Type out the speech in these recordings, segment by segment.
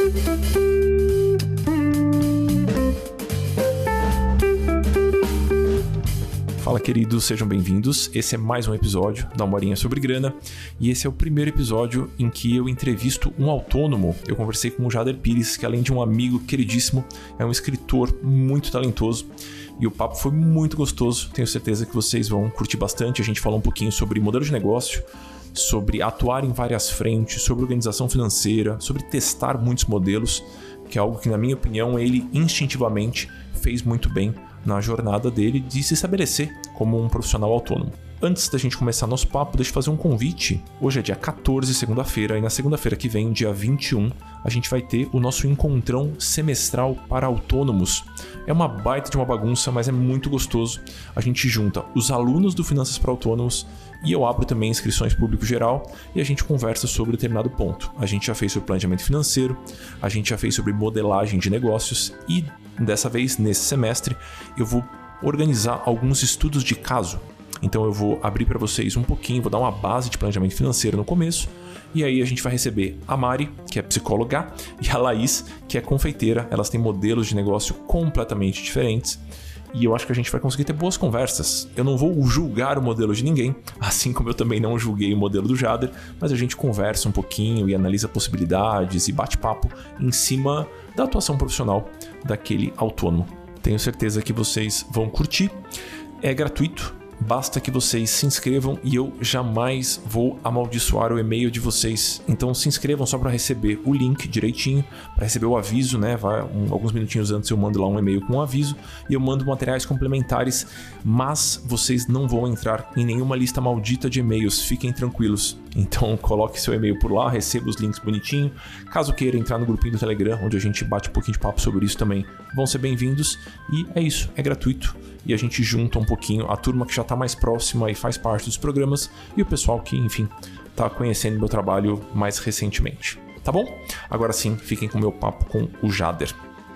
Fala, queridos, sejam bem-vindos. Esse é mais um episódio da Uma Horinha sobre Grana e esse é o primeiro episódio em que eu entrevisto um autônomo. Eu conversei com o Jader Pires, que além de um amigo queridíssimo, é um escritor muito talentoso e o papo foi muito gostoso. Tenho certeza que vocês vão curtir bastante. A gente falou um pouquinho sobre modelo de negócio, sobre atuar em várias frentes, sobre organização financeira, sobre testar muitos modelos, que é algo que, na minha opinião, ele instintivamente fez muito bem na jornada dele de se estabelecer como um profissional autônomo. Antes da gente começar nosso papo, deixa eu fazer um convite. Hoje é dia 14, segunda-feira, e na segunda-feira que vem, dia 21, a gente vai ter o nosso encontrão semestral para autônomos. É uma baita de uma bagunça, mas é muito gostoso. A gente junta os alunos do Finanças para Autônomos e eu abro também inscrições público geral e a gente conversa sobre determinado ponto. A gente já fez sobre planejamento financeiro, a gente já fez sobre modelagem de negócios e dessa vez, nesse semestre, eu vou organizar alguns estudos de caso. Então eu vou abrir para vocês um pouquinho, vou dar uma base de planejamento financeiro no começo, e aí a gente vai receber a Mari, que é psicóloga, e a Laís, que é confeiteira. Elas têm modelos de negócio completamente diferentes, e eu acho que a gente vai conseguir ter boas conversas. Eu não vou julgar o modelo de ninguém, assim como eu também não julguei o modelo do Jader, mas a gente conversa um pouquinho e analisa possibilidades e bate papo em cima da atuação profissional daquele autônomo. Tenho certeza que vocês vão curtir. É gratuito. Basta que vocês se inscrevam e eu jamais vou amaldiçoar o e-mail de vocês. Então se inscrevam só para receber o link direitinho, para receber o aviso, né? Alguns minutinhos antes eu mando lá um e-mail com um aviso e eu mando materiais complementares, mas vocês não vão entrar em nenhuma lista maldita de e-mails, fiquem tranquilos. Então coloque seu e-mail por lá, receba os links bonitinho. Caso queira entrar no grupinho do Telegram, onde a gente bate um pouquinho de papo sobre isso também, vão ser bem-vindos. E é isso, é gratuito. E a gente junta um pouquinho a turma que já está mais próxima e faz parte dos programas e o pessoal que, enfim, está conhecendo meu trabalho mais recentemente. Tá bom? Agora sim, fiquem com o meu papo com o Jader.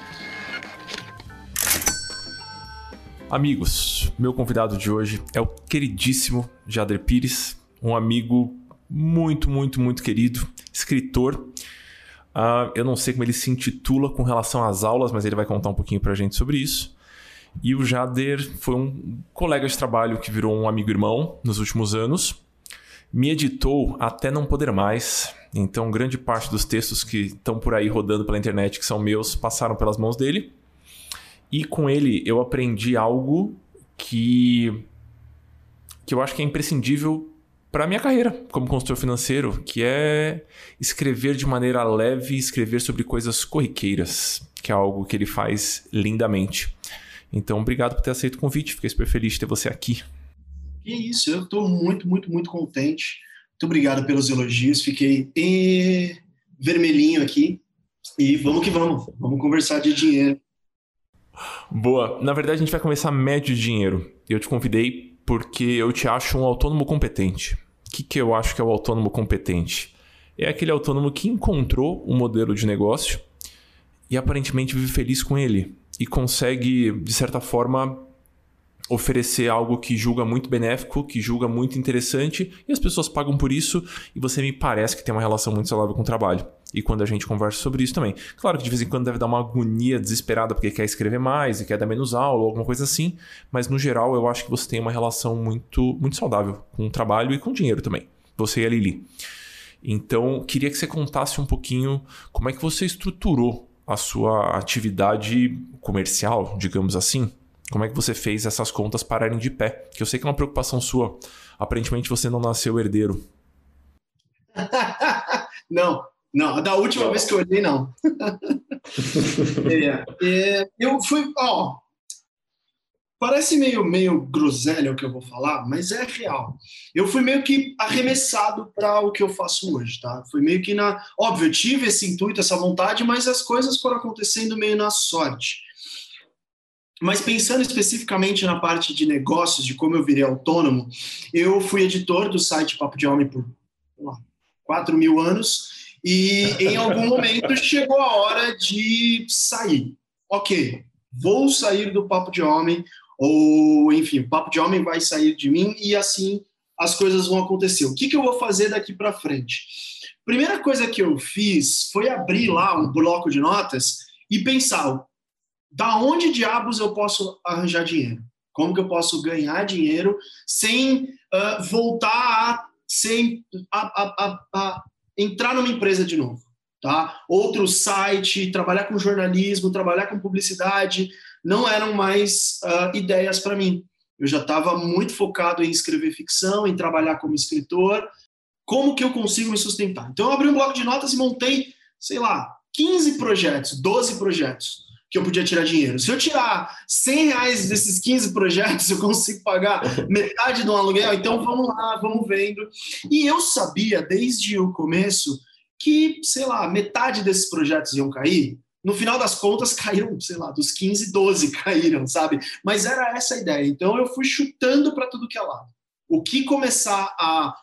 Amigos, meu convidado de hoje é o queridíssimo Jader Pires, um amigo muito, muito, muito querido, escritor. Eu não sei como ele se intitula com relação às aulas, mas ele vai contar um pouquinho pra gente sobre isso. E o Jader foi um colega de trabalho que virou um amigo-irmão nos últimos anos. Me editou até não poder mais. Então, grande parte dos textos que estão por aí rodando pela internet, que são meus, passaram pelas mãos dele. E com ele eu aprendi algo que eu acho que é imprescindível para a minha carreira como consultor financeiro, que é escrever de maneira leve, escrever sobre coisas corriqueiras, que é algo que ele faz lindamente. Então, obrigado por ter aceito o convite. Fiquei super feliz de ter você aqui. Que isso, eu estou muito, muito, muito contente. Muito obrigado pelos elogios. Fiquei vermelhinho aqui. E vamos que vamos. Vamos conversar de dinheiro. Boa. Na verdade, a gente vai conversar médio de dinheiro. Eu te convidei porque eu te acho um autônomo competente. O que eu acho que é o autônomo competente? É aquele autônomo que encontrou um modelo de negócio e aparentemente vive feliz com ele. E consegue, de certa forma, oferecer algo que julga muito benéfico, que julga muito interessante, e as pessoas pagam por isso, e você me parece que tem uma relação muito saudável com o trabalho. E quando a gente conversa sobre isso também. Claro que de vez em quando deve dar uma agonia desesperada porque quer escrever mais e quer dar menos aula ou alguma coisa assim, mas no geral eu acho que você tem uma relação muito, muito saudável com o trabalho e com o dinheiro também. Você e a Lili. Então, queria que você contasse um pouquinho como é que você estruturou a sua atividade comercial, digamos assim. Como é que você fez essas contas pararem de pé? Que eu sei que é uma preocupação sua. Aparentemente você não nasceu herdeiro. Não. Da última vez que eu olhei, não. Eu fui... Parece meio groselha o que eu vou falar, mas é real. Eu fui meio que arremessado para o que eu faço hoje, tá? Foi meio que Óbvio, eu tive esse intuito, essa vontade, mas as coisas foram acontecendo meio na sorte. Mas pensando especificamente na parte de negócios, de como eu virei autônomo, eu fui editor do site Papo de Homem por 4.000 anos e em algum momento chegou a hora de sair. Ok, vou sair do Papo de Homem, ou enfim, o Papo de Homem vai sair de mim e assim as coisas vão acontecer. O que eu vou fazer daqui para frente? Primeira coisa que eu fiz foi abrir lá um bloco de notas e pensar, da onde diabos eu posso arranjar dinheiro? Como que eu posso ganhar dinheiro sem voltar a entrar numa empresa de novo? Tá? Outro site, trabalhar com jornalismo, trabalhar com publicidade, não eram mais ideias para mim. Eu já estava muito focado em escrever ficção, em trabalhar como escritor. Como que eu consigo me sustentar? Então eu abri um bloco de notas e montei, sei lá, 15 projetos, 12 projetos que eu podia tirar dinheiro. Se eu tirar R$100 desses 15 projetos, eu consigo pagar metade de um aluguel. Então vamos lá, vamos vendo. E eu sabia desde o começo que, sei lá, metade desses projetos iam cair. No final das contas, caíram, sei lá, dos 15, 12 caíram, sabe? Mas era essa a ideia. Então eu fui chutando para tudo que é lado. O que começar a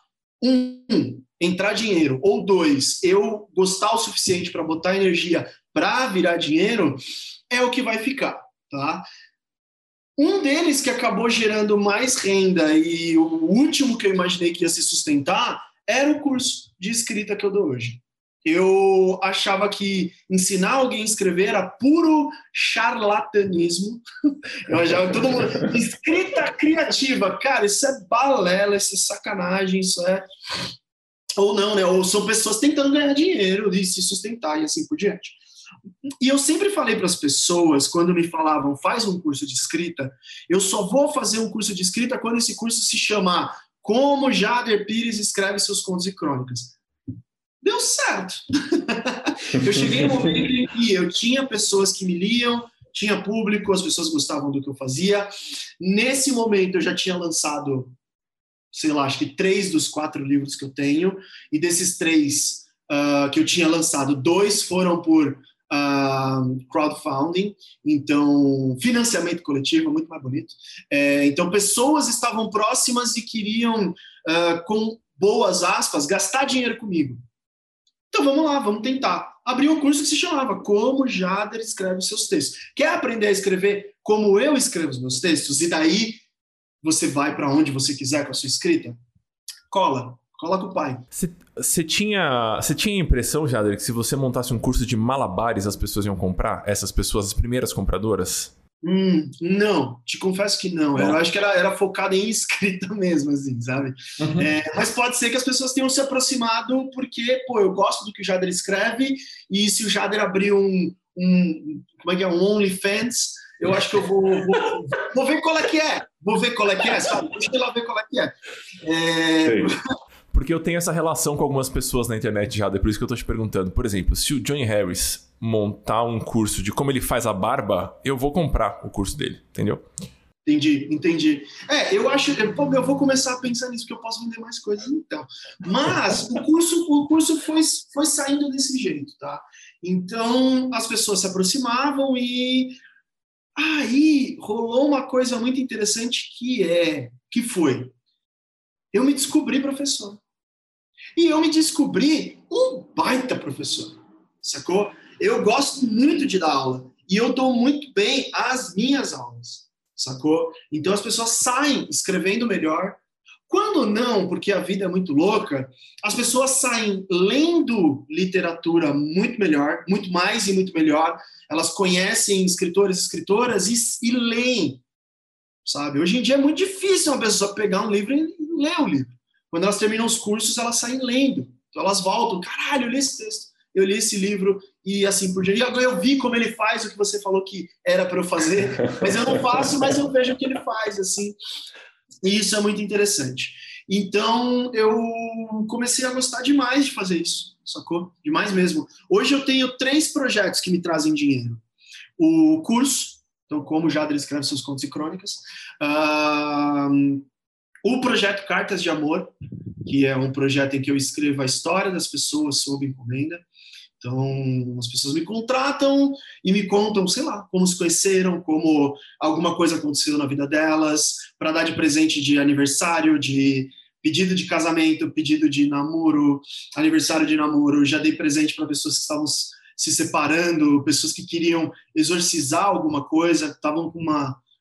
entrar dinheiro, ou 2, eu gostar o suficiente para botar energia para virar dinheiro, é o que vai ficar, tá? Um deles que acabou gerando mais renda e o último que eu imaginei que ia se sustentar era o curso de escrita que eu dou hoje. Eu achava que ensinar alguém a escrever era puro charlatanismo. Eu achava que todo mundo... Escrita criativa. Cara, isso é balela, isso é sacanagem, isso é... Ou não, né? Ou são pessoas tentando ganhar dinheiro e se sustentar e assim por diante. E eu sempre falei para as pessoas, quando me falavam, faz um curso de escrita, eu só vou fazer um curso de escrita quando esse curso se chamar Como Jader Pires Escreve Seus Contos e Crônicas. Deu certo. Eu cheguei no momento em que eu tinha pessoas que me liam, tinha público, as pessoas gostavam do que eu fazia. Nesse momento eu já tinha lançado, sei lá, acho que 3 dos 4 livros que eu tenho, e desses 3 que eu tinha lançado, 2 foram por crowdfunding, então financiamento coletivo, muito mais bonito. Então pessoas estavam próximas e queriam, com boas aspas, gastar dinheiro comigo. Então vamos lá, vamos tentar. Abri um curso que se chamava Como Jader Escreve Seus Textos. Quer aprender a escrever como eu escrevo os meus textos? E daí você vai para onde você quiser com a sua escrita? Cola com o pai. Você tinha a impressão, Jader, que se você montasse um curso de malabares, as pessoas iam comprar? Essas pessoas, as primeiras compradoras? Não, te confesso que não. Eu acho que era focado em escrita mesmo, assim, sabe? Uhum. Mas pode ser que as pessoas tenham se aproximado porque, eu gosto do que o Jader escreve, e se o Jader abrir um OnlyFans, eu acho que eu vou ver qual é que é. Vou ver qual é que é, sabe? Deixa eu lá ver qual é que é. Porque eu tenho essa relação com algumas pessoas na internet, Jader, por isso que eu tô te perguntando. Por exemplo, se o Johnny Harris montar um curso de como ele faz a barba, eu vou comprar o curso dele, entendeu? Entendi. Eu acho, eu vou começar a pensar nisso, porque eu posso vender mais coisas então. Mas o curso foi saindo desse jeito, tá? Então, as pessoas se aproximavam e aí rolou uma coisa muito interessante que foi, eu me descobri professor. E eu me descobri um baita professor, sacou? Eu gosto muito de dar aula e eu dou muito bem as minhas aulas, sacou? Então as pessoas saem escrevendo melhor. Quando não, porque a vida é muito louca, as pessoas saem lendo literatura muito melhor, muito mais e muito melhor. Elas conhecem escritores e escritoras e leem, sabe? Hoje em dia é muito difícil uma pessoa pegar um livro e ler o livro. Quando elas terminam os cursos, elas saem lendo. Então elas voltam, caralho, eu li esse texto, eu li esse livro e assim por diante. E agora eu vi como ele faz o que você falou que era para eu fazer, mas eu não faço, mas eu vejo o que ele faz, assim. E isso é muito interessante. Então eu comecei a gostar demais de fazer isso, sacou? Demais mesmo. Hoje eu tenho 3 projetos que me trazem dinheiro. O curso, então como Jader escreve seus contos e crônicas. O projeto Cartas de Amor, que é um projeto em que eu escrevo a história das pessoas sob encomenda. Então, as pessoas me contratam e me contam, sei lá, como se conheceram, como alguma coisa aconteceu na vida delas, para dar de presente de aniversário, de pedido de casamento, pedido de namoro, aniversário de namoro. Já dei presente para pessoas que estavam se separando, pessoas que queriam exorcizar alguma coisa, estavam com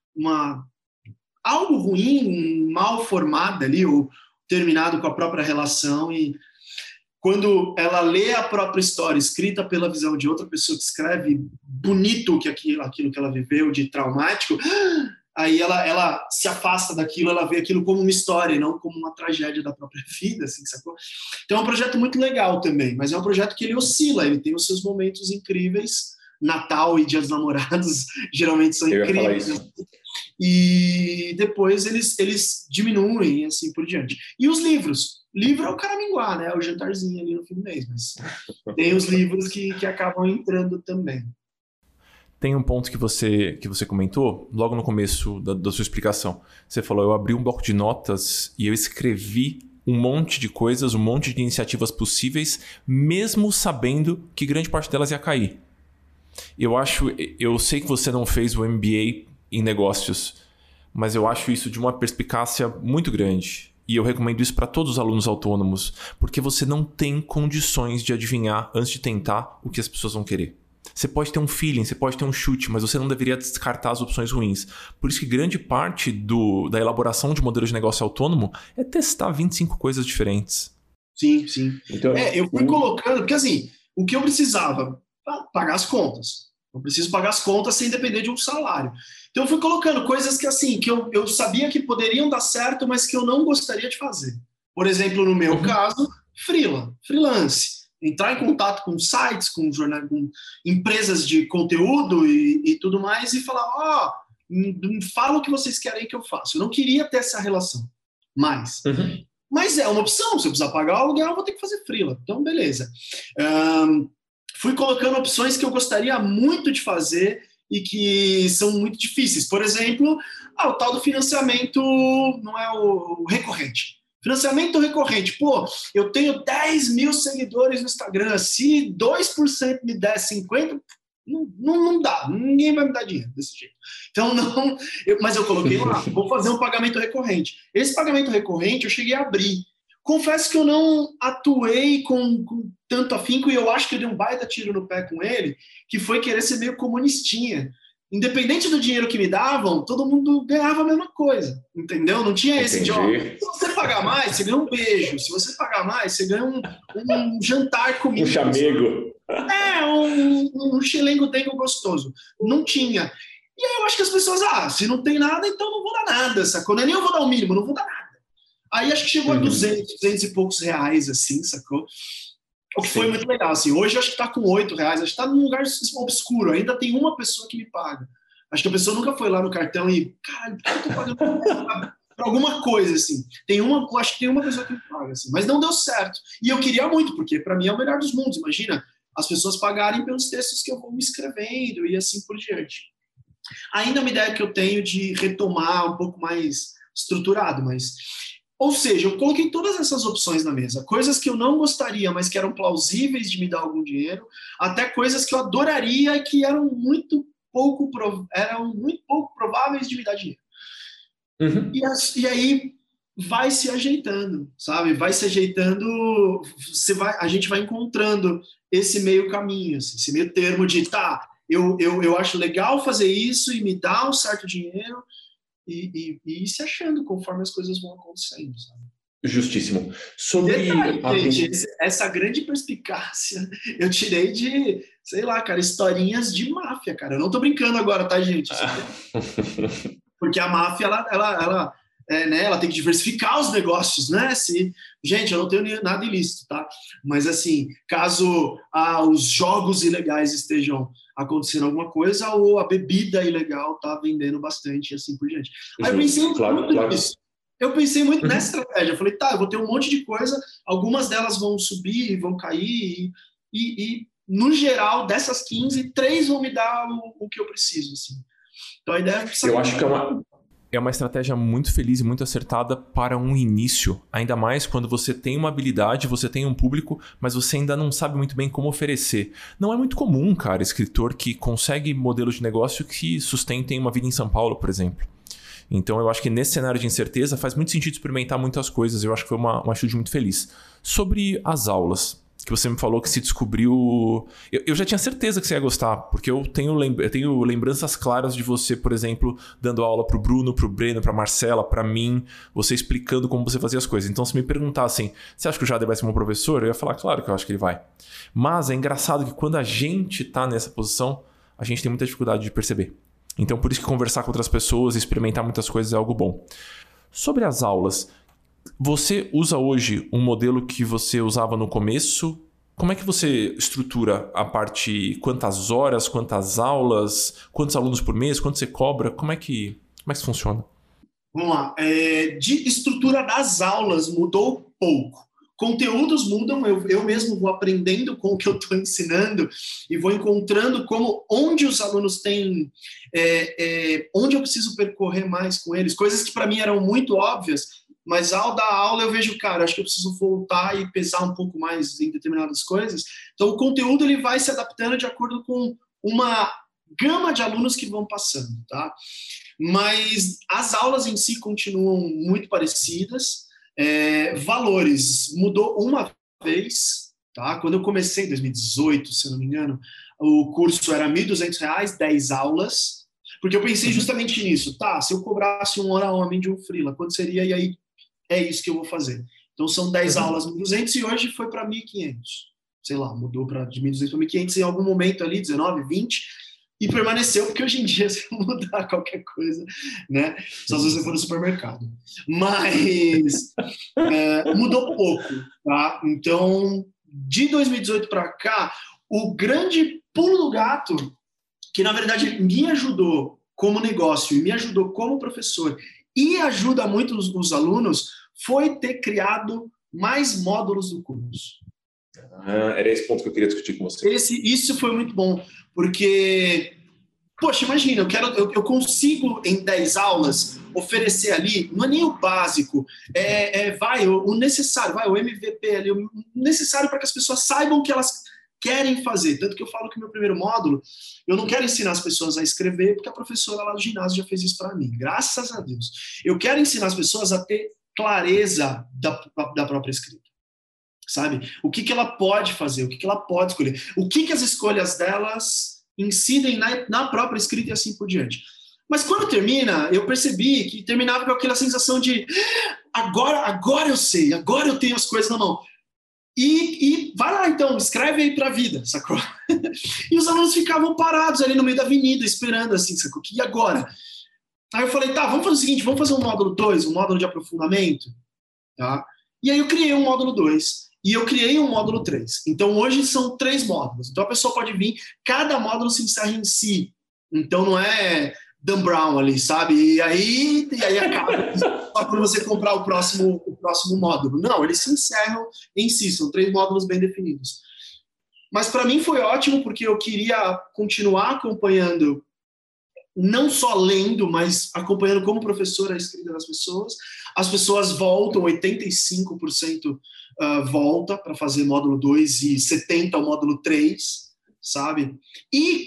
algo ruim, mal formado ali, ou terminado com a própria relação. E quando ela lê a própria história escrita pela visão de outra pessoa que escreve bonito que aquilo que ela viveu de traumático, aí ela se afasta daquilo, ela vê aquilo como uma história e não como uma tragédia da própria vida, assim, sacou? Então é um projeto muito legal também, mas é um projeto que ele oscila, ele tem os seus momentos incríveis. Natal e Dia dos Namorados geralmente são incríveis. E depois eles diminuem, assim por diante. E os livros? Livro é o caraminguá, né? O jantarzinho ali no fim do mês, mas tem os livros que acabam entrando também. Tem um ponto que você comentou logo no começo da sua explicação. Você falou, eu abri um bloco de notas e eu escrevi um monte de coisas, um monte de iniciativas possíveis, mesmo sabendo que grande parte delas ia cair. Eu sei que você não fez o MBA em negócios, mas eu acho isso de uma perspicácia muito grande. E eu recomendo isso para todos os alunos autônomos, porque você não tem condições de adivinhar antes de tentar o que as pessoas vão querer. Você pode ter um feeling, você pode ter um chute, mas você não deveria descartar as opções ruins. Por isso que grande parte da elaboração de modelo de negócio autônomo é testar 25 coisas diferentes. Sim, sim. Então, eu fui colocando, porque assim, o que eu precisava? Pagar as contas. Eu preciso pagar as contas sem depender de um salário. Então eu fui colocando coisas que assim, que eu sabia que poderiam dar certo, mas que eu não gostaria de fazer. Por exemplo, no meu caso, freelance. Entrar em contato com sites, com empresas de conteúdo e tudo mais e falar, fala o que vocês querem que eu faça. Eu não queria ter essa relação mais. Mas é uma opção. Se eu precisar pagar o aluguel, eu vou ter que fazer freela. Então, beleza. Fui colocando opções que eu gostaria muito de fazer e que são muito difíceis. Por exemplo, o tal do financiamento não é o recorrente. Financiamento recorrente. Pô, eu tenho 10 mil seguidores no Instagram. Se 2% me der 50%, não dá. Ninguém vai me dar dinheiro desse jeito. Então, não. Mas eu coloquei lá, vou fazer um pagamento recorrente. Esse pagamento recorrente eu cheguei a abrir. Confesso que eu não atuei com tanto afinco e eu acho que eu dei um baita tiro no pé com ele, que foi querer ser meio comunistinha. Independente do dinheiro que me davam, todo mundo ganhava a mesma coisa, entendeu? Não tinha esse de, se você pagar mais, você ganha um beijo. Se você pagar mais, você ganha um jantar comigo. Um chamego. Um xilengo-dengo gostoso. Não tinha. E aí eu acho que as pessoas, se não tem nada, então não vou dar nada, sacou? Nem eu vou dar o mínimo, não vou dar nada. Aí acho que chegou a 200 e poucos reais, assim, sacou? O que foi muito legal, assim. Hoje eu acho que tá com 8 reais, acho que tá num lugar obscuro. Ainda tem uma pessoa que me paga. Acho que a pessoa nunca foi lá no cartão e, caralho, por que eu tô pagando pra alguma coisa, assim? Acho que tem uma pessoa que me paga, assim. Mas não deu certo. E eu queria muito, porque pra mim é o melhor dos mundos. Imagina, as pessoas pagarem pelos textos que eu vou me escrevendo e assim por diante. Ainda é uma ideia que eu tenho de retomar um pouco mais estruturado, mas... Ou seja, eu coloquei todas essas opções na mesa. Coisas que eu não gostaria, mas que eram plausíveis de me dar algum dinheiro, até coisas que eu adoraria e que eram muito pouco prováveis de me dar dinheiro. E aí vai se ajeitando, sabe? Vai se ajeitando, a gente vai encontrando esse meio caminho, assim, esse meio termo de, eu acho legal fazer isso e me dá um certo dinheiro, e ir se achando conforme as coisas vão acontecendo, sabe? Justíssimo. Gente, essa grande perspicácia eu tirei de, sei lá, cara, historinhas de máfia, cara. Eu não tô brincando agora, tá, gente? Porque a máfia, ela tem que diversificar os negócios, né? Gente, eu não tenho nada ilícito, tá? Mas, assim, caso os jogos ilegais estejam acontecendo alguma coisa, ou a bebida ilegal tá vendendo bastante, e assim por diante. Aí eu pensei muito nisso. Eu pensei muito nessa estratégia. Eu falei, eu vou ter um monte de coisa, algumas delas vão subir, vão cair, e no geral, dessas 15, 3 vão me dar o que eu preciso, assim. Então a ideia é... Eu acho que é uma estratégia muito feliz e muito acertada para um início. Ainda mais quando você tem uma habilidade, você tem um público, mas você ainda não sabe muito bem como oferecer. Não é muito comum, cara, escritor que consegue modelos de negócio que sustentem uma vida em São Paulo, por exemplo. Então eu acho que nesse cenário de incerteza faz muito sentido experimentar muitas coisas. Eu acho que foi uma atitude muito feliz. Sobre as aulas, que você me falou que se descobriu... Eu já tinha certeza que você ia gostar, porque eu tenho lembranças claras de você, por exemplo, dando aula pro Bruno, pro Breno, pra Marcela, pra mim, você explicando como você fazia as coisas. Então, se me perguntassem, você acha que o Jader vai ser um professor? Eu ia falar, claro que eu acho que ele vai. Mas é engraçado que quando a gente tá nessa posição, a gente tem muita dificuldade de perceber. Então, por isso que conversar com outras pessoas, experimentar muitas coisas é algo bom. Sobre as aulas, você usa hoje um modelo que você usava no começo? Como é que você estrutura a parte, quantas horas, quantas aulas, quantos alunos por mês, quanto você cobra? Como é que funciona? Vamos lá. De estrutura das aulas mudou pouco. Conteúdos mudam, eu mesmo vou aprendendo com o que eu estou ensinando e vou encontrando onde os alunos têm, onde eu preciso percorrer mais com eles, coisas que para mim eram muito óbvias, mas ao dar aula eu vejo, cara, acho que eu preciso voltar e pesar um pouco mais em determinadas coisas. Então o conteúdo ele vai se adaptando de acordo com uma gama de alunos que vão passando, tá? Mas as aulas em si continuam muito parecidas. Valores, mudou uma vez, tá? Quando eu comecei em 2018, se eu não me engano, o curso era R$ 1.200, 10 aulas, porque eu pensei justamente nisso, tá? Se eu cobrasse 1 hora homem de um freela, quanto seria? E aí é isso que eu vou fazer. Então são 10 aulas, 1.200 e hoje foi para 1.500. Sei lá, mudou de 1.200 para 1.500 em algum momento ali, 19, 20, e permaneceu, porque hoje em dia se mudar qualquer coisa, né? Só se você for no supermercado. Mas mudou pouco, tá? Então, de 2018 para cá, o grande pulo do gato, que na verdade me ajudou como negócio e me ajudou como professor e ajuda muito os alunos, foi ter criado mais módulos do curso. Era esse ponto que eu queria discutir com você. Isso foi muito bom, porque, poxa, imagina, eu consigo em 10 aulas oferecer ali, não é nem o básico, o necessário, o MVP ali, o necessário para que as pessoas saibam o que elas querem fazer. Tanto que eu falo que o meu primeiro módulo, eu não quero ensinar as pessoas a escrever, porque a professora lá do ginásio já fez isso para mim, graças a Deus. Eu quero ensinar as pessoas a ter clareza da própria escrita. Sabe? O que ela pode fazer, o que ela pode escolher, o que as escolhas delas incidem na própria escrita e assim por diante. Mas quando termina, eu percebi que terminava com aquela sensação de agora eu sei, agora eu tenho as coisas na mão. E vai lá então, escreve aí pra vida, sacou? E os alunos ficavam parados ali no meio da avenida, esperando assim, sacou? E agora? Aí eu falei, tá, vamos fazer o seguinte, vamos fazer um módulo 2, um módulo de aprofundamento, tá? E aí eu criei um módulo 2. E eu criei um módulo 3. Então, hoje são 3 módulos. Então, a pessoa pode vir, cada módulo se encerra em si. Então, não é Dan Brown ali, sabe? E aí acaba só quando você comprar o próximo módulo. Não, eles se encerram em si. São 3 módulos bem definidos. Mas, para mim, foi ótimo, porque eu queria continuar acompanhando, não só lendo, mas acompanhando como professor a escrita das pessoas. As pessoas voltam, 85% volta para fazer módulo 2 e 70% o módulo 3, sabe? E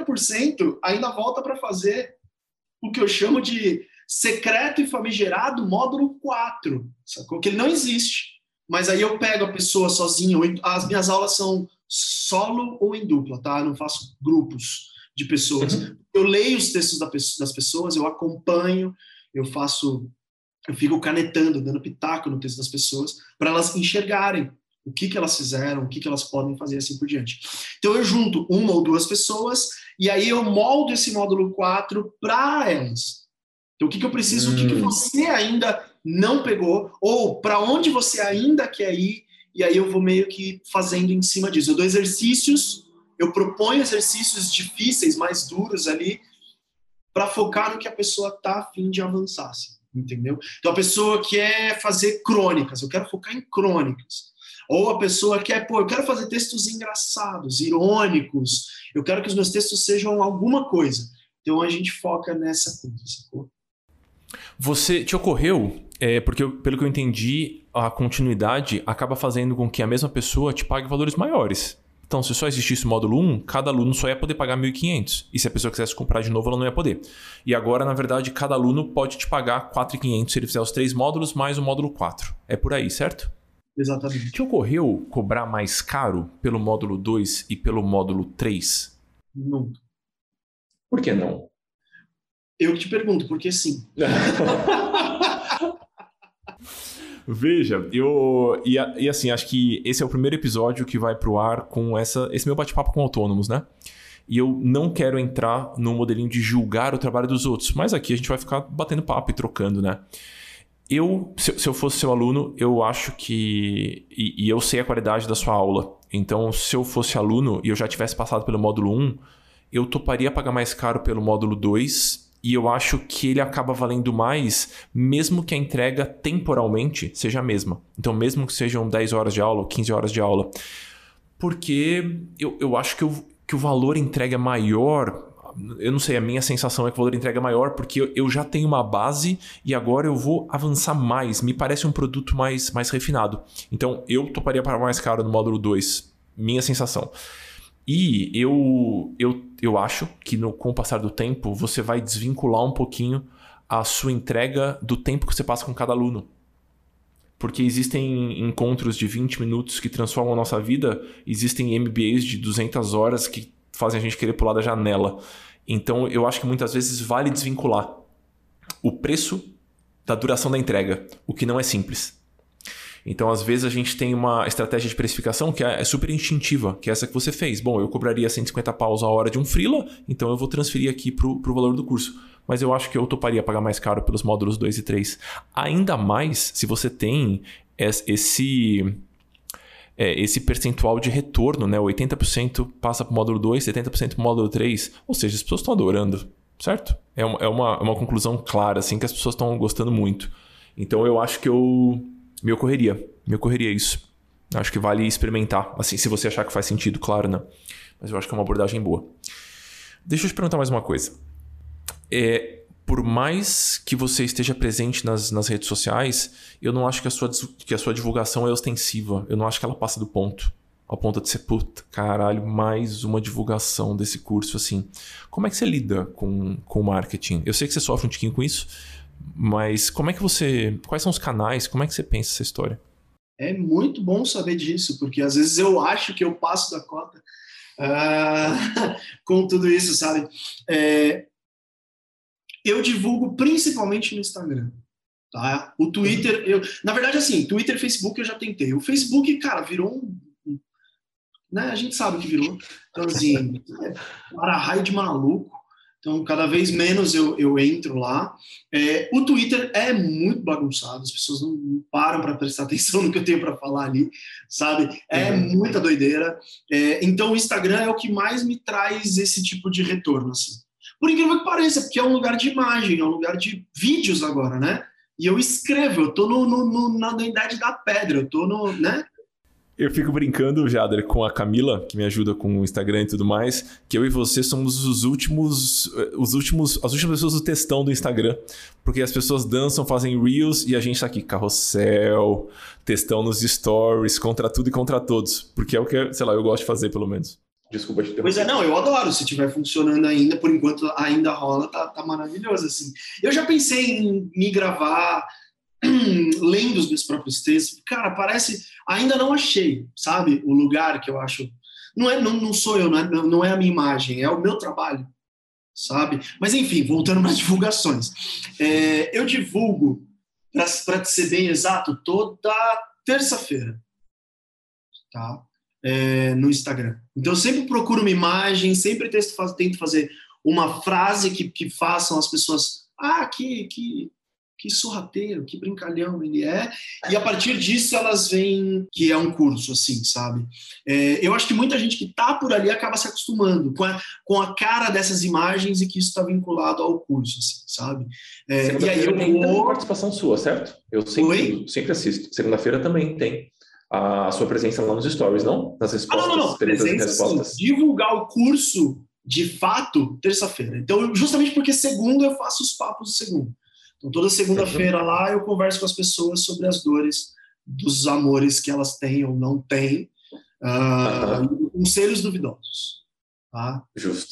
40% ainda volta para fazer o que eu chamo de secreto e famigerado módulo 4, sacou? Que ele não existe. Mas aí eu pego a pessoa sozinha, as minhas aulas são solo ou em dupla, tá? Eu não faço grupos de pessoas. Eu leio os textos das pessoas, eu acompanho, eu fico canetando, dando pitaco no texto das pessoas, para elas enxergarem o que elas fizeram, o que elas podem fazer, assim por diante. Então eu junto 1 ou 2 pessoas, e aí eu moldo esse módulo 4 para elas. Então o que eu preciso, o que você ainda não pegou, ou para onde você ainda quer ir, e aí eu vou meio que fazendo em cima disso. Eu dou exercícios, eu proponho exercícios difíceis, mais duros ali, para focar no que a pessoa está a fim de avançar, assim, entendeu? Então a pessoa quer fazer crônicas, eu quero focar em crônicas. Ou a pessoa quer, eu quero fazer textos engraçados, irônicos, eu quero que os meus textos sejam alguma coisa. Então a gente foca nessa coisa, sacou? Você te ocorreu, porque pelo que eu entendi, a continuidade acaba fazendo com que a mesma pessoa te pague valores maiores. Então, se só existisse o módulo 1, cada aluno só ia poder pagar 1.500. E se a pessoa quisesse comprar de novo, ela não ia poder. E agora, na verdade, cada aluno pode te pagar 4.500 se ele fizer os 3 módulos mais o módulo 4. É por aí, certo? Exatamente. Te ocorreu cobrar mais caro pelo módulo 2 e pelo módulo 3? Nunca. Por que não? Eu que te pergunto, porque sim. Veja, e assim, acho que esse é o primeiro episódio que vai pro ar com esse meu bate-papo com autônomos, né? E eu não quero entrar no modelinho de julgar o trabalho dos outros, mas aqui a gente vai ficar batendo papo e trocando, né? Se eu fosse seu aluno, eu acho que... E eu sei a qualidade da sua aula. Então, se eu fosse aluno e eu já tivesse passado pelo módulo 1, eu toparia pagar mais caro pelo módulo 2, e eu acho que ele acaba valendo mais, mesmo que a entrega temporalmente seja a mesma. Então, mesmo que sejam 10 horas de aula ou 15 horas de aula. Porque eu acho que o valor entrega é maior. Eu não sei, a minha sensação é que o valor entrega é maior porque eu já tenho uma base e agora eu vou avançar mais. Me parece um produto mais refinado. Então, eu toparia pagar mais caro no módulo 2. Minha sensação. E eu acho que com o passar do tempo, você vai desvincular um pouquinho a sua entrega do tempo que você passa com cada aluno. Porque existem encontros de 20 minutos que transformam a nossa vida, existem MBAs de 200 horas que fazem a gente querer pular da janela. Então, eu acho que muitas vezes vale desvincular o preço da duração da entrega, o que não é simples. Então, às vezes, a gente tem uma estratégia de precificação que é super instintiva, que é essa que você fez. Bom, eu cobraria 150 paus a hora de um freela, então eu vou transferir aqui para o valor do curso. Mas eu acho que eu toparia pagar mais caro pelos módulos 2 e 3. Ainda mais se você tem esse percentual de retorno, né? 80% passa para o módulo 2, 70% para o módulo 3. Ou seja, as pessoas estão adorando, certo? É uma conclusão clara, assim, que as pessoas estão gostando muito. Então, eu acho que me ocorreria isso. Acho que vale experimentar, assim, se você achar que faz sentido, claro, né? Mas eu acho que é uma abordagem boa. Deixa eu te perguntar mais uma coisa. Por mais que você esteja presente nas redes sociais, eu não acho que a sua divulgação é ostensiva. Eu não acho que ela passa do ponto. Ao ponto de ser, puta, caralho, mais uma divulgação desse curso, assim. Como é que você lida com o marketing? Eu sei que você sofre um tiquinho com isso, mas quais são os canais? Como é que você pensa essa história? É muito bom saber disso, porque às vezes eu acho que eu passo da cota com tudo isso, sabe? Eu divulgo principalmente no Instagram, tá? O Twitter, na verdade, assim, Twitter e Facebook eu já tentei. O Facebook, cara, virou né? A gente sabe o que virou. Então, assim, para raio de maluco. Então, cada vez menos eu entro lá. O Twitter é muito bagunçado, as pessoas não param para prestar atenção no que eu tenho para falar ali, sabe? É muita doideira. Então, o Instagram é o que mais me traz esse tipo de retorno, assim. Por incrível que pareça, porque é um lugar de imagem, é um lugar de vídeos agora, né? E eu escrevo, eu tô na idade da pedra, eu tô né? Eu fico brincando, Jader, com a Camila, que me ajuda com o Instagram e tudo mais, que eu e você somos as últimas pessoas do textão do Instagram. Porque as pessoas dançam, fazem reels e a gente tá aqui, carrossel, textão nos stories, contra tudo e contra todos. Porque é o que, sei lá, eu gosto de fazer, pelo menos. Desculpa te interromper. Pois não, eu adoro. Se estiver funcionando ainda, por enquanto ainda rola, tá maravilhoso, assim. Eu já pensei em me gravar lendo os meus próprios textos. Cara, ainda não achei, sabe, o lugar que eu acho, não sou eu, não é a minha imagem, é o meu trabalho, sabe? Mas enfim, voltando para as divulgações, eu divulgo, para ser bem exato, toda terça-feira, tá? No Instagram. Então eu sempre procuro uma imagem, sempre tento fazer uma frase que façam as pessoas, que sorrateiro, que brincalhão ele é, e a partir disso elas veem que é um curso, assim, sabe? Eu acho que muita gente que tá por ali acaba se acostumando com a cara dessas imagens e que isso está vinculado ao curso, assim, sabe? E aí eu vou... participação sua, certo? Eu sempre assisto. Segunda-feira também tem a sua presença lá nos stories, não? Nas respostas, não. Presença, sim. Divulgar o curso, de fato, terça-feira. Então, justamente porque segunda eu faço os papos do segundo. Então, toda segunda-feira lá eu converso com as pessoas sobre as dores dos amores que elas têm ou não têm, conselhos duvidosos. Tá? Justo.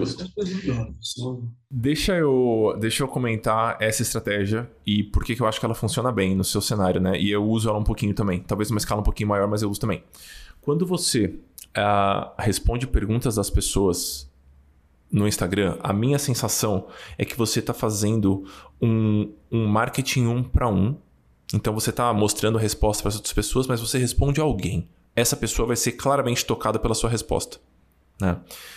Deixa eu comentar essa estratégia e por que eu acho que ela funciona bem no seu cenário, né? E eu uso ela um pouquinho também. Talvez uma escala um pouquinho maior, mas eu uso também. Quando você responde perguntas das pessoas no Instagram, a minha sensação é que você está fazendo um marketing 1 para 1. Então você está mostrando a resposta para as outras pessoas, mas você responde a alguém. Essa pessoa vai ser claramente tocada pela sua resposta, né?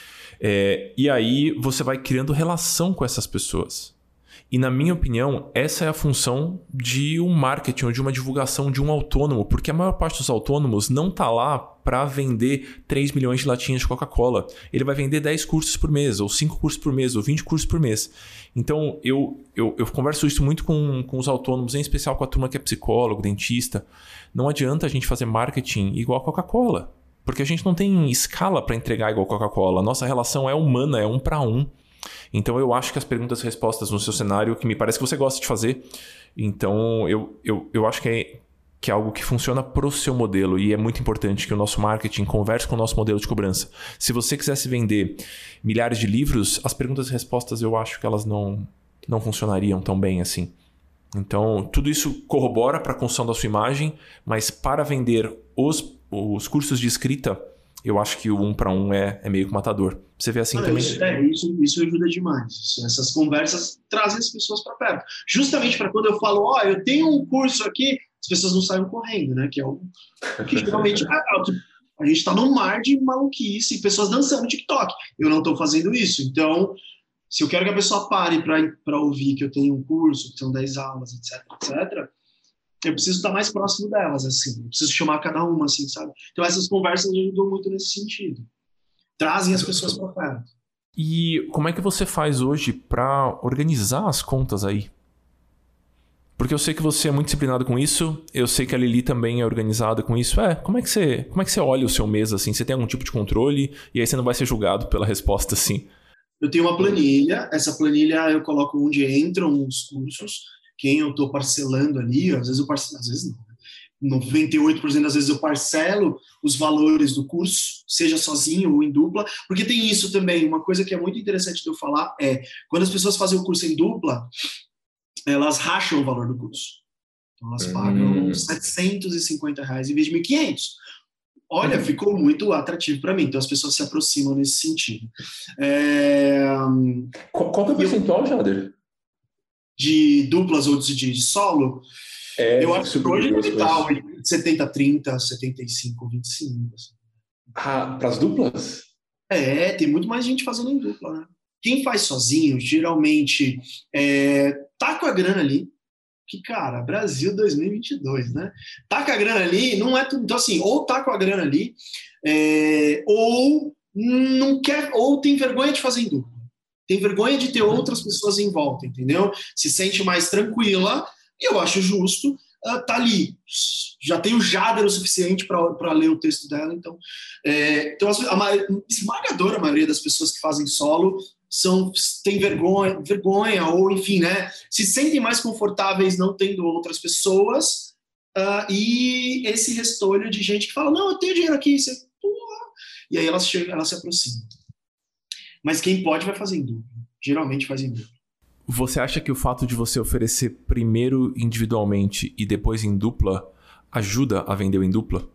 E aí você vai criando relação com essas pessoas. E na minha opinião, essa é a função de um marketing ou de uma divulgação de um autônomo, porque a maior parte dos autônomos não está lá para vender 3 milhões de latinhas de Coca-Cola. Ele vai vender 10 cursos por mês, ou 5 cursos por mês, ou 20 cursos por mês. Então, eu converso isso muito com os autônomos, em especial com a turma que é psicólogo, dentista. Não adianta a gente fazer marketing igual a Coca-Cola, porque a gente não tem escala para entregar igual a Coca-Cola. A nossa relação é humana, é 1 para 1. Então eu acho que as perguntas e respostas no seu cenário, que me parece que você gosta de fazer, então eu acho que é algo que funciona pro seu modelo, e é muito importante que o nosso marketing converse com o nosso modelo de cobrança. Se você quisesse vender milhares de livros, as perguntas e respostas eu acho que elas não funcionariam tão bem assim. Então tudo isso corrobora para a construção da sua imagem, mas para vender os cursos de escrita, eu acho que o 1 para 1 é meio que matador. Você vê assim também? Isso ajuda demais. Essas conversas trazem as pessoas para perto. Justamente para quando eu falo, eu tenho um curso aqui, as pessoas não saem correndo, né? Que é o que geralmente a gente está num mar de maluquice, pessoas dançando no TikTok. Eu não estou fazendo isso. Então, se eu quero que a pessoa pare para ouvir que eu tenho um curso, que são 10 aulas, etc., eu preciso estar mais próximo delas, assim. Eu preciso chamar cada uma, assim, sabe? Então, essas conversas ajudam muito nesse sentido. Trazem as pessoas para perto. E como é que você faz hoje para organizar as contas aí? Porque eu sei que você é muito disciplinado com isso, eu sei que a Lili também é organizada com isso. Como é que você olha o seu mês, assim? Você tem algum tipo de controle e aí você não vai ser julgado pela resposta, assim? Eu tenho uma planilha, essa planilha eu coloco onde entram os cursos, quem eu estou parcelando ali, às vezes eu parcelo, às vezes não. 98% das vezes eu parcelo os valores do curso, seja sozinho ou em dupla, porque tem isso também, uma coisa que é muito interessante de eu falar é, quando as pessoas fazem o curso em dupla, elas racham o valor do curso. Então elas pagam R$750 em vez de R$1.500. Olha, ficou muito atrativo para mim, então as pessoas se aproximam nesse sentido. Qual que é o percentual, Jader? De duplas ou de solo? Eu acho que hoje é tal, 70-30, 75-25. Assim. Para as duplas? Tem muito mais gente fazendo em dupla, né? Quem faz sozinho, geralmente, tá com a grana ali, que, cara, Brasil 2022, né? Tá com a grana ali, não é tudo. Então, assim, ou tá com a grana ali, ou não quer, ou tem vergonha de fazer em dupla. Tem vergonha de ter outras pessoas em volta, entendeu? Se sente mais tranquila, e eu acho justo, tá ali. Já tem o Jader o suficiente para ler o texto dela, então a esmagadora maioria das pessoas que fazem solo tem vergonha, ou enfim, né, se sentem mais confortáveis não tendo outras pessoas, e esse restolho de gente que fala, não, eu tenho dinheiro aqui, e aí elas se aproximam. Mas quem pode vai fazer em dupla. Geralmente faz em dupla. Você acha que o fato de você oferecer primeiro individualmente e depois em dupla ajuda a vender em dupla?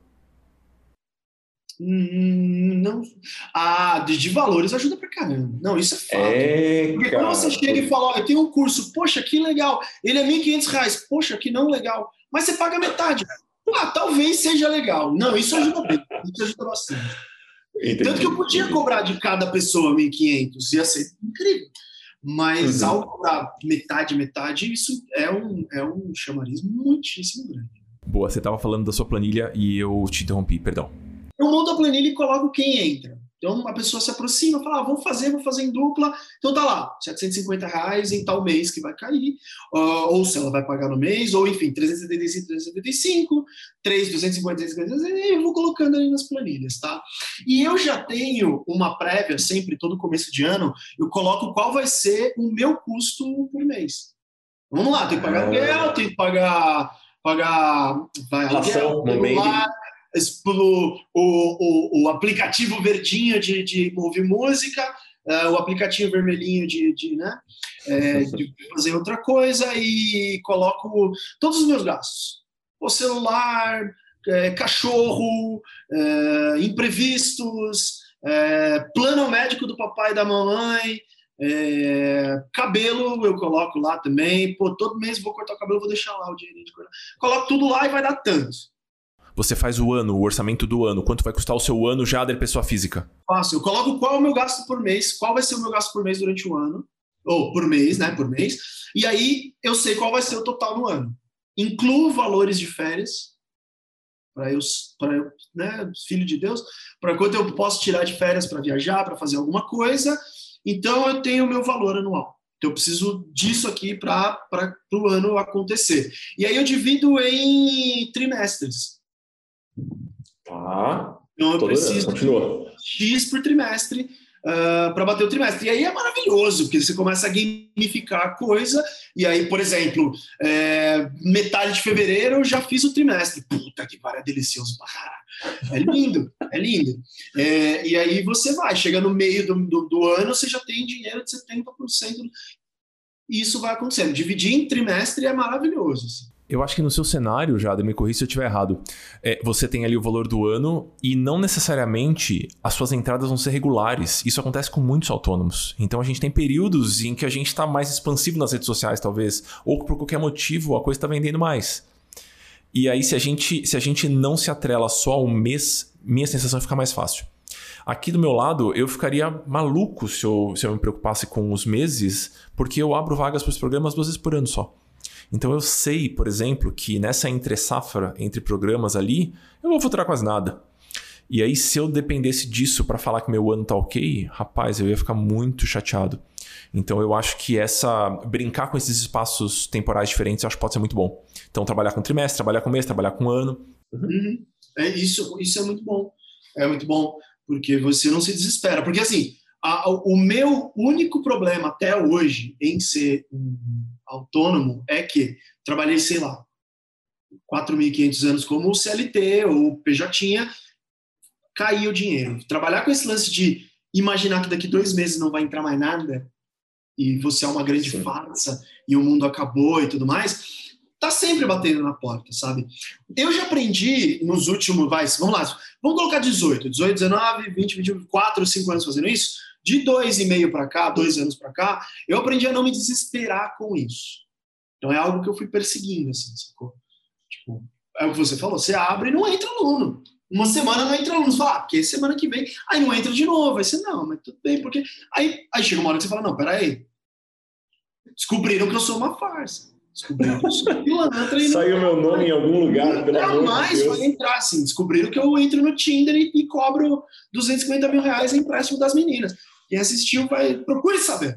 Não. De valores ajuda pra caramba. Não, isso é fato. Porque quando você chega e fala, eu tenho um curso, poxa, que legal. Ele é R$1.500, poxa, que não legal. Mas você paga metade. Talvez seja legal. Não, isso ajuda bem. Isso ajuda bastante. Entendi. Tanto que eu podia cobrar de cada pessoa R$1.500, ia ser incrível. Mas ao cobrar metade, isso é um chamariz muitíssimo grande. Boa, você estava falando da sua planilha e eu te interrompi, perdão. Eu monto a planilha e coloco quem entra. Então a pessoa se aproxima, fala, vou fazer em dupla. Então tá lá, R$750 em tal mês que vai cair, ou se ela vai pagar no mês, ou enfim, 375, 375, 250, 350, e eu vou colocando ali nas planilhas, tá? E eu já tenho uma prévia, sempre, todo começo de ano, eu coloco qual vai ser o meu custo por mês. Vamos lá, tem que pagar aluguel, tem que pagar aluguel, o aplicativo verdinho de ouvir música, o aplicativo vermelhinho de fazer outra coisa e coloco todos os meus gastos. O celular, cachorro, imprevistos, plano médico do papai e da mamãe, cabelo eu coloco lá também. Pô, todo mês vou cortar o cabelo, vou deixar lá o dinheirinho de cortar. Coloco tudo lá e vai dar tanto. Você faz o ano, o orçamento do ano. Quanto vai custar o seu ano, Jader, pessoa física? Faço. Eu coloco qual é o meu gasto por mês, qual vai ser o meu gasto por mês durante o ano, ou por mês, né, por mês. E aí eu sei qual vai ser o total no ano. Incluo valores de férias, para eu, né, filho de Deus, para quanto eu posso tirar de férias para viajar, para fazer alguma coisa. Então eu tenho o meu valor anual. Então eu preciso disso aqui para o ano acontecer. E aí eu divido em trimestres. Tá. Então eu preciso de X por trimestre para bater o trimestre. E aí é maravilhoso, porque você começa a gamificar a coisa. E aí, por exemplo, metade de fevereiro eu já fiz o trimestre. Puta que pariu, é delicioso. É lindo, é lindo. E aí você vai, chega no meio do ano, você já tem dinheiro de 70%. E isso vai acontecendo. Dividir em trimestre é maravilhoso. Assim. Eu acho que no seu cenário, Jader, me corrija se eu estiver errado, você tem ali o valor do ano e não necessariamente as suas entradas vão ser regulares. Isso acontece com muitos autônomos. Então a gente tem períodos em que a gente está mais expansivo nas redes sociais, talvez, ou por qualquer motivo a coisa está vendendo mais. E aí se a gente não se atrela só ao mês, minha sensação é ficar mais fácil. Aqui do meu lado, eu ficaria maluco se eu me preocupasse com os meses, porque eu abro vagas para os programas 2 vezes por ano só. Então eu sei, por exemplo, que nessa entre-safra, entre programas ali, eu não vou faturar quase nada. E aí, se eu dependesse disso para falar que meu ano tá ok, rapaz, eu ia ficar muito chateado. Então eu acho que brincar com esses espaços temporais diferentes, eu acho que pode ser muito bom. Então trabalhar com trimestre, trabalhar com mês, trabalhar com ano. Uhum. Isso é muito bom. É muito bom, porque você não se desespera. Porque assim, o meu único problema até hoje em ser autônomo é que trabalhei, sei lá, 4.500 anos como CLT ou PJ, caiu o dinheiro. Trabalhar com esse lance de imaginar que daqui 2 meses não vai entrar mais nada e você é uma grande farsa e o mundo acabou e tudo mais, tá sempre batendo na porta, sabe? Eu já aprendi nos últimos, vamos lá, vamos colocar 18, 19, 20, 24, 5 anos fazendo isso. De 2,5 para cá, 2 anos para cá, eu aprendi a não me desesperar com isso. Então é algo que eu fui perseguindo, assim, sacou? Tipo, é o que você falou, você abre e não entra aluno. Uma semana não entra aluno, você fala, porque semana que vem, aí não entra de novo, aí você, não, mas tudo bem, porque... Aí chega uma hora que você fala, não, peraí, descobriram que eu sou uma farsa. Descobriram que eu sou pilantra. Saiu meu nome em algum lugar, pelo amor de Deus. Jamais vai entrar, assim, descobriram que eu entro no Tinder e cobro R$250 mil em empréstimo das meninas. Quem assistiu, procure saber.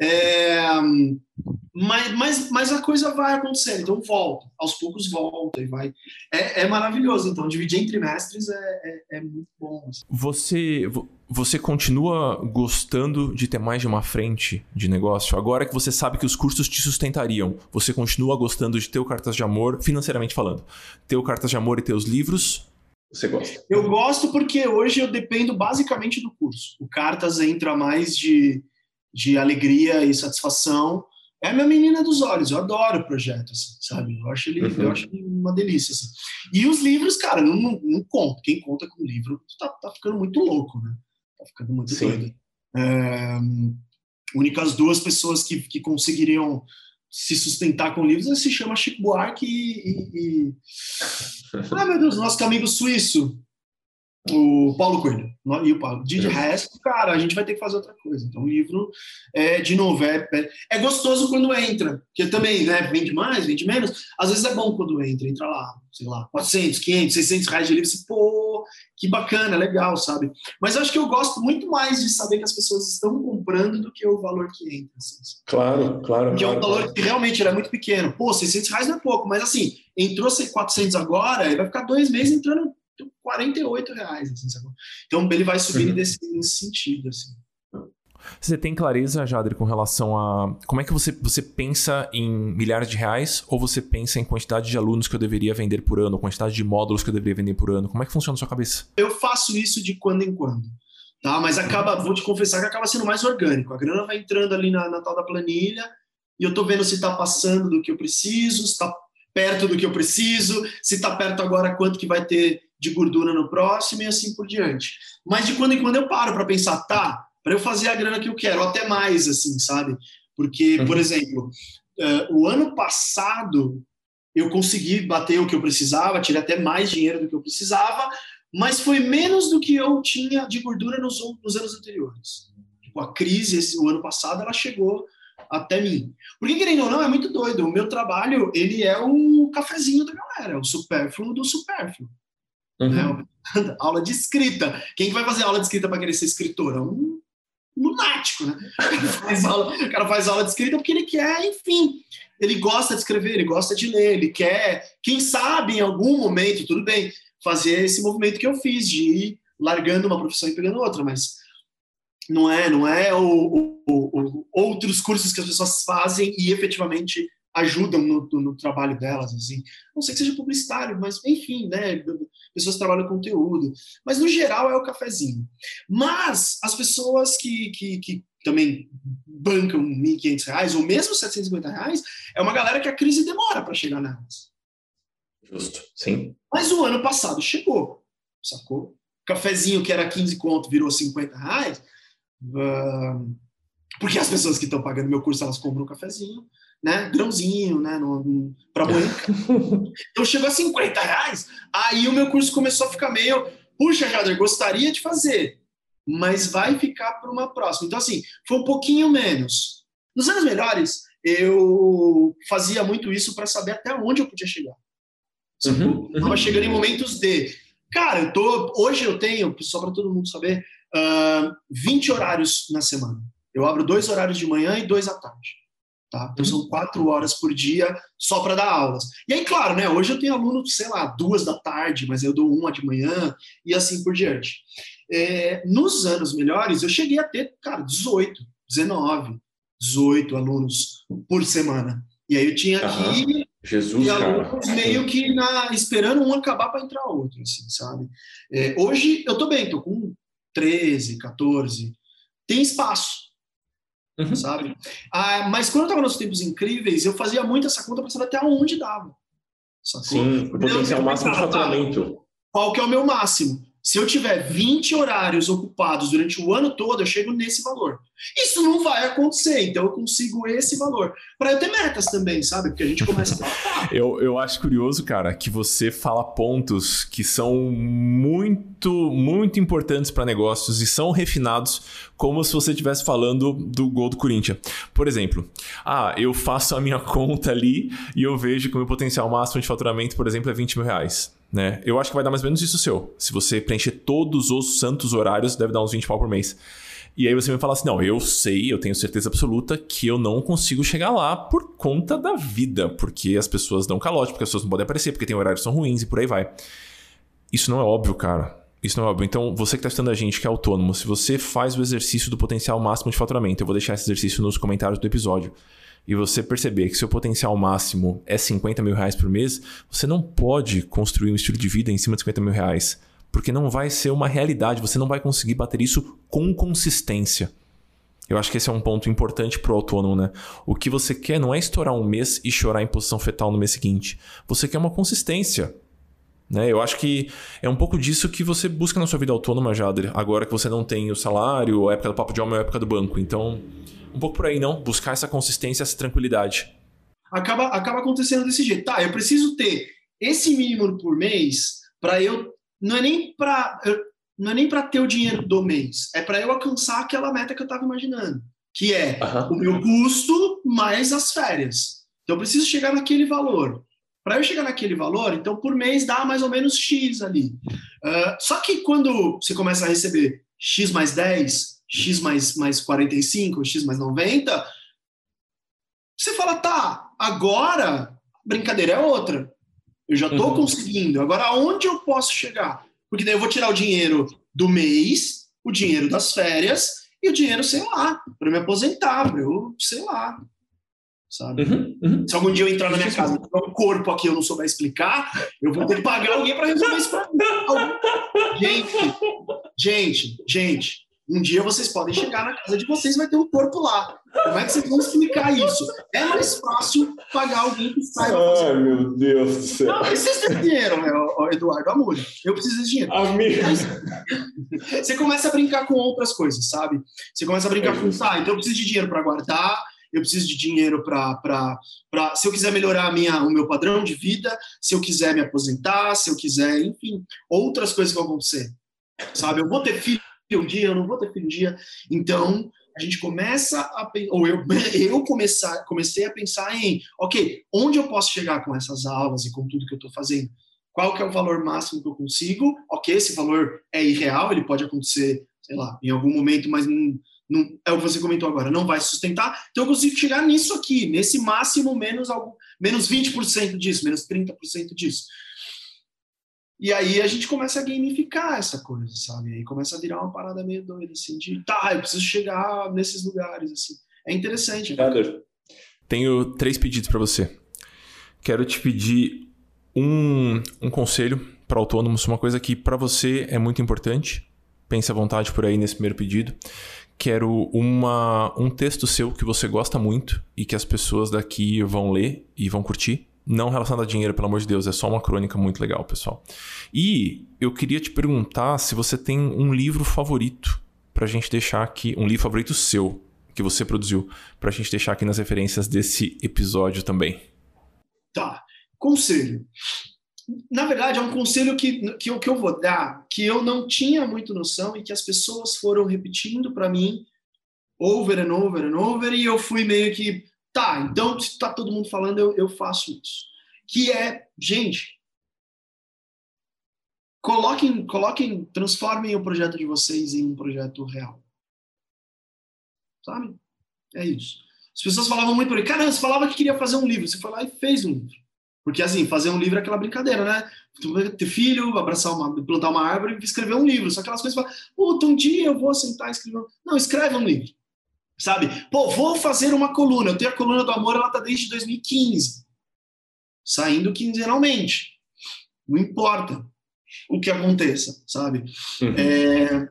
Mas a coisa vai acontecer, então volta, aos poucos volta e vai. É maravilhoso, então dividir em trimestres é muito bom. Assim. Você continua gostando de ter mais de uma frente de negócio? Agora que você sabe que os cursos te sustentariam, você continua gostando de ter o Cartas de Amor, financeiramente falando? Ter o Cartas de Amor e ter os livros? Você gosta? Eu gosto porque hoje eu dependo basicamente do curso. O Cartas entra mais de alegria e satisfação. É a minha menina dos olhos, eu adoro o projeto, assim, sabe? Eu acho ele uma delícia. Assim. E os livros, cara, não conto. Quem conta com livro tá ficando muito louco, né? Tá ficando muito doido. Únicas 2 pessoas que conseguiriam se sustentar com livros se chama Chico Buarque e... Ah, meu Deus, nosso amigo suíço, o Paulo Coelho. E o Paulo. De resto, cara, a gente vai ter que fazer outra coisa. Então, o livro, de novo, é gostoso quando entra, porque também, né, vende mais, vende menos. Às vezes é bom quando entra lá, sei lá, 400, 500, 600 reais de livro, você, pô, que bacana, legal, sabe? Mas eu acho que eu gosto muito mais de saber que as pessoas estão comprando do que o valor que entra. Assim. Claro. Porque é um valor que realmente é muito pequeno. Pô, 600 reais não é pouco, mas assim, entrou 400 agora, e vai ficar 2 meses entrando 48 reais. Assim, sabe? Então ele vai subir nesse sentido. Assim. Você tem clareza, Jader, com relação a... Como é que você pensa em milhares de reais ou você pensa em quantidade de alunos que eu deveria vender por ano, quantidade de módulos que eu deveria vender por ano? Como é que funciona na sua cabeça? Eu faço isso de quando em quando, tá? Mas vou te confessar que acaba sendo mais orgânico. A grana vai entrando ali na tal da planilha e eu tô vendo se tá passando do que eu preciso, se tá perto do que eu preciso, se tá perto agora quanto que vai ter de gordura no próximo e assim por diante. Mas de quando em quando eu paro para pensar, tá, para eu fazer a grana que eu quero, até mais, assim, sabe? Porque, por exemplo, o ano passado eu consegui bater o que eu precisava, tirei até mais dinheiro do que eu precisava, mas foi menos do que eu tinha de gordura nos anos anteriores. Tipo, a crise, o ano passado, ela chegou até mim. Porque, querendo ou não, é muito doido. O meu trabalho, ele é o cafezinho da galera, o supérfluo do supérfluo. Né? Aula de escrita. Quem vai fazer aula de escrita para querer ser escritor? É um lunático, né? O cara faz aula de escrita porque ele quer, enfim, ele gosta de escrever, ele gosta de ler, ele quer, quem sabe, em algum momento, tudo bem, fazer esse movimento que eu fiz, de ir largando uma profissão e pegando outra, mas não é outros cursos que as pessoas fazem e efetivamente ajudam no trabalho delas, assim. Não sei que seja publicitário, mas enfim, né? Pessoas que trabalham conteúdo. Mas, no geral, é o cafezinho. Mas as pessoas que também bancam R$1.500 ou mesmo R$750, é uma galera que a crise demora para chegar nelas. Justo, sim. Mas o ano passado chegou, sacou? Cafezinho que era 15 conto virou R$50, porque as pessoas que estão pagando meu curso, elas compram um cafezinho, né, grãozinho, né, para moer. Então chegou a R$50, aí o meu curso começou a ficar meio, puxa, Jader, gostaria de fazer, mas vai ficar para uma próxima. Então, assim, foi um pouquinho menos. Nos anos melhores, eu fazia muito isso para saber até onde eu podia chegar. Estava chegando em momentos de, cara, hoje eu tenho, só para todo mundo saber, 20 horários na semana. Eu abro 2 horários de manhã e 2 à tarde. Tá? Então são 4 horas por dia só para dar aulas. E aí, claro, né? Hoje eu tenho aluno, sei lá, 2 da tarde, mas eu dou 1 de manhã e assim por diante. Nos anos melhores, eu cheguei a ter, cara, 18, 19, 18 alunos por semana. E aí eu tinha que Jesus, alunos meio que esperando um acabar para entrar outro, assim, sabe? Hoje eu tô bem, tô com 13, 14. Tem espaço. Sabe? Mas quando eu estava nos tempos incríveis, eu fazia muito essa conta para saber até onde dava. Sacou? Sim, o potencial máximo de faturamento. Qual que é o meu máximo? Se eu tiver 20 horários ocupados durante o ano todo, eu chego nesse valor. Isso não vai acontecer, então eu consigo esse valor. Para eu ter metas também, sabe? Porque a gente começa a... Eu acho curioso, cara, que você fala pontos que são muito, muito importantes para negócios e são refinados como se você estivesse falando do gol do Corinthians. Por exemplo, eu faço a minha conta ali e eu vejo que o meu potencial máximo de faturamento, por exemplo, é R$20.000. Né? Eu acho que vai dar mais ou menos isso seu. Se você preencher todos os santos horários, deve dar uns 20 pau por mês. E aí você me fala assim, não, eu sei, eu tenho certeza absoluta que eu não consigo chegar lá por conta da vida, porque as pessoas dão calote, porque as pessoas não podem aparecer, porque tem horários que são ruins e por aí vai. Isso não é óbvio, cara. Isso não é óbvio. Então, você que está estudando a gente, que é autônomo, se você faz o exercício do potencial máximo de faturamento, eu vou deixar esse exercício nos comentários do episódio, e você perceber que seu potencial máximo é R$50.000 por mês, você não pode construir um estilo de vida em cima de R$50.000, porque não vai ser uma realidade, você não vai conseguir bater isso com consistência. Eu acho que esse é um ponto importante para o autônomo, né? O que você quer não é estourar um mês e chorar em posição fetal no mês seguinte. Você quer uma consistência. Né? Eu acho que é um pouco disso que você busca na sua vida autônoma, Jader, agora que você não tem o salário, a época do papo de alma é a época do banco. Então, um pouco por aí, não? Buscar essa consistência, essa tranquilidade. Acaba acontecendo desse jeito. Tá, eu preciso ter esse mínimo por mês para eu... Não é nem para ter o dinheiro do mês, é para eu alcançar aquela meta que eu estava imaginando, que é o meu custo mais as férias. Então, eu preciso chegar naquele valor. Para eu chegar naquele valor, então, por mês dá mais ou menos X ali. Só que quando você começa a receber X mais 10, X mais 45, X mais 90, você fala, tá, agora a brincadeira é outra. Eu já estou conseguindo. Agora, aonde eu posso chegar? Porque daí eu vou tirar o dinheiro do mês, o dinheiro das férias e o dinheiro, sei lá, para me aposentar, para eu, sei lá, sabe? Se algum dia eu entrar na minha casa e tiver um corpo aqui eu não souber explicar, eu vou ter que pagar alguém para resolver isso para mim. Gente, um dia vocês podem chegar na casa de vocês e vai ter um corpo lá. Como é que vocês vão explicar isso? É mais fácil pagar alguém que saiba fazer. Ai, meu Deus do céu. Não, eu preciso de dinheiro, Eduardo Amor. Eu preciso de dinheiro. Amigo. Você começa a brincar com outras coisas, sabe? Você começa a brincar com, então eu preciso de dinheiro para guardar, eu preciso de dinheiro para se eu quiser melhorar o meu padrão de vida, se eu quiser me aposentar, se eu quiser, enfim, outras coisas que vão acontecer, sabe? Eu vou ter filho um dia, eu não vou ter filho um dia, então a gente começa a, ou eu comecei a pensar em, ok, onde eu posso chegar com essas aulas e com tudo que eu estou fazendo? Qual que é o valor máximo que eu consigo? Ok, esse valor é irreal, ele pode acontecer, sei lá, em algum momento, mas não, é o que você comentou agora, não vai sustentar, então eu consigo chegar nisso aqui, nesse máximo menos 20% disso, menos 30% disso. E aí a gente começa a gamificar essa coisa, sabe? Aí começa a virar uma parada meio doida, assim, de, eu preciso chegar nesses lugares, assim. É interessante. Tenho 3 pedidos para você. Quero te pedir um conselho para autônomos, uma coisa que para você é muito importante. Pense à vontade por aí nesse primeiro pedido. Quero um texto seu que você gosta muito e que as pessoas daqui vão ler e vão curtir. Não relacionado a dinheiro, pelo amor de Deus, é só uma crônica muito legal, pessoal. E eu queria te perguntar se você tem um livro favorito pra gente deixar aqui, um livro favorito seu, que você produziu, pra gente deixar aqui nas referências desse episódio também. Tá, conselho. Na verdade, é um conselho que eu vou dar, que eu não tinha muito noção e que as pessoas foram repetindo pra mim, over and over and over, e eu fui meio que, então se tá todo mundo falando, eu faço isso. Que é, gente, transformem o projeto de vocês em um projeto real. Sabe? É isso. As pessoas falavam muito por aí, caramba, você falava que queria fazer um livro, você foi lá e fez um livro. Porque assim, fazer um livro é aquela brincadeira, né? Ter filho, plantar uma árvore e escrever um livro. Só aquelas coisas que falam, um dia eu vou sentar e escrever. Não, escreve um livro. Sabe? Vou fazer uma coluna. Eu tenho a coluna do amor, ela tá desde 2015. Saindo quinzenalmente. Não importa o que aconteça, sabe? Uhum.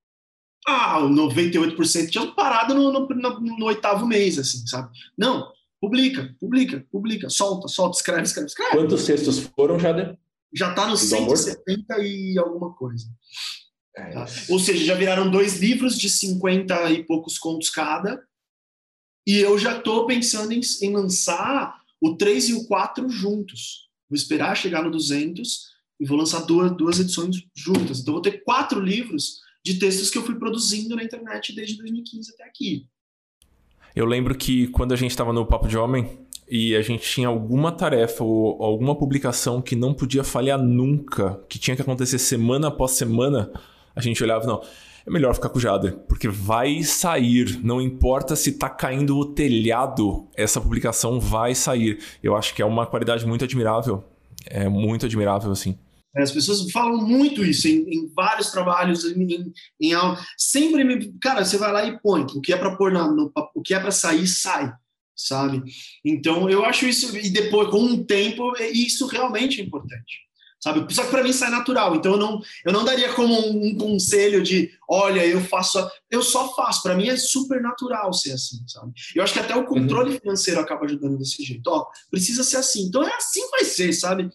98% tinha parado no 8º mês, assim, sabe? Não, publica, solta, escreve. Quantos textos foram, Jader? Já tá no 170 e alguma coisa. Tá? Ou seja, já viraram 2 livros de 50 e poucos contos cada, e eu já estou pensando em lançar o 3 e o 4 juntos. Vou esperar chegar no 200 e vou lançar duas edições juntas. Então vou ter 4 livros de textos que eu fui produzindo na internet desde 2015 até aqui. Eu lembro que quando a gente estava no Papo de Homem e a gente tinha alguma tarefa ou alguma publicação que não podia falhar nunca, que tinha que acontecer semana após semana, a gente olhava, não, é melhor ficar com o Jader, porque vai sair, não importa se tá caindo o telhado, essa publicação vai sair. Eu acho que é uma qualidade muito admirável, é muito admirável, assim. As pessoas falam muito isso em vários trabalhos, em sempre cara, você vai lá e põe, o que é para pôr o que é para sair, sai, sabe? Então eu acho isso, e depois, com um tempo, isso realmente é importante. Sabe? Só que para mim sai natural, então eu não daria como um conselho de, olha, eu só faço, para mim é super natural ser assim, sabe? Eu acho que até o controle financeiro acaba ajudando desse jeito, precisa ser assim, então é assim vai ser, sabe?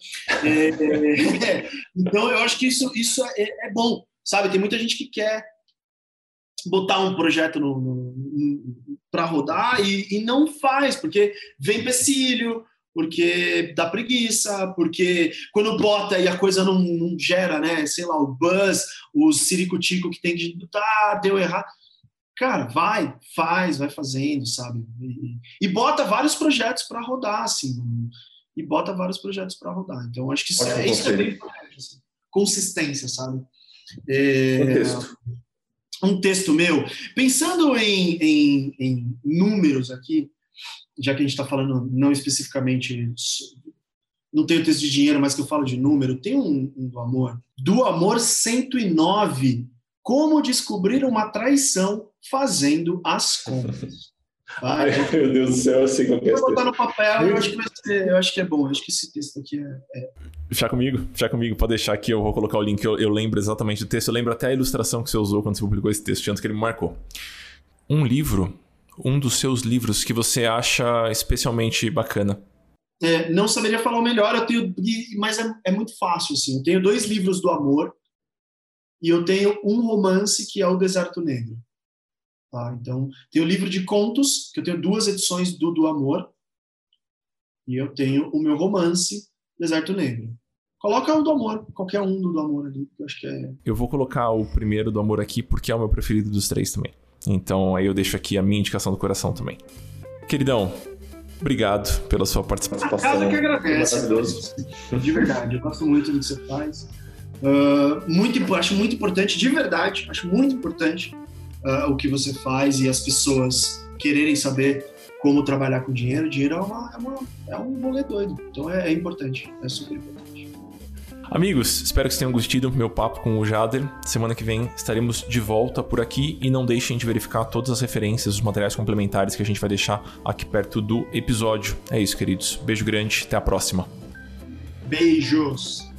Então eu acho que isso é bom, sabe? Tem muita gente que quer botar um projeto para rodar e não faz, porque vem empecilho, porque dá preguiça, porque quando bota e a coisa não gera, né, sei lá, o buzz, o ciricutico que tem de, deu errado. Cara, vai fazendo, sabe? E bota vários projetos para rodar, assim, Então, acho que isso é bem importante, assim. Consistência, sabe? Um texto meu, pensando em números aqui, já que a gente está falando não especificamente, não tem o texto de dinheiro, mas que eu falo de número, tem um do amor. Do amor 109 Como descobrir uma traição fazendo as contas. Ai, meu Deus do céu, eu sei qual que é esse texto. Vou botar no papel, eu acho que é bom. Eu acho que esse texto aqui é... Fechar comigo, pode deixar aqui, eu vou colocar o link, eu lembro exatamente do texto, eu lembro até a ilustração que você usou quando você publicou esse texto, antes que ele me marcou. Um dos seus livros que você acha especialmente bacana? Não saberia falar o melhor, mas é muito fácil, assim. Eu tenho 2 livros do amor e eu tenho um romance que é O Deserto Negro. Tá? Então, tem o livro de contos, que eu tenho 2 edições do amor, e eu tenho o meu romance, Deserto Negro. Coloca o do amor, qualquer um do amor ali, que eu acho que é... Eu vou colocar o primeiro do amor aqui, porque é o meu preferido dos 3 também. Então, aí eu deixo aqui a minha indicação do coração também. Queridão, obrigado pela sua participação. A casa que agradece. Maravilhoso. De verdade, eu gosto muito do que você faz. Acho muito importante, de verdade, acho muito importante o que você faz e as pessoas quererem saber como trabalhar com dinheiro. Dinheiro é um rolê doido, então é importante, é super importante. Amigos, espero que vocês tenham gostado do meu papo com o Jader. Semana que vem estaremos de volta por aqui e não deixem de verificar todas as referências, os materiais complementares que a gente vai deixar aqui perto do episódio. É isso, queridos. Beijo grande, até a próxima. Beijos!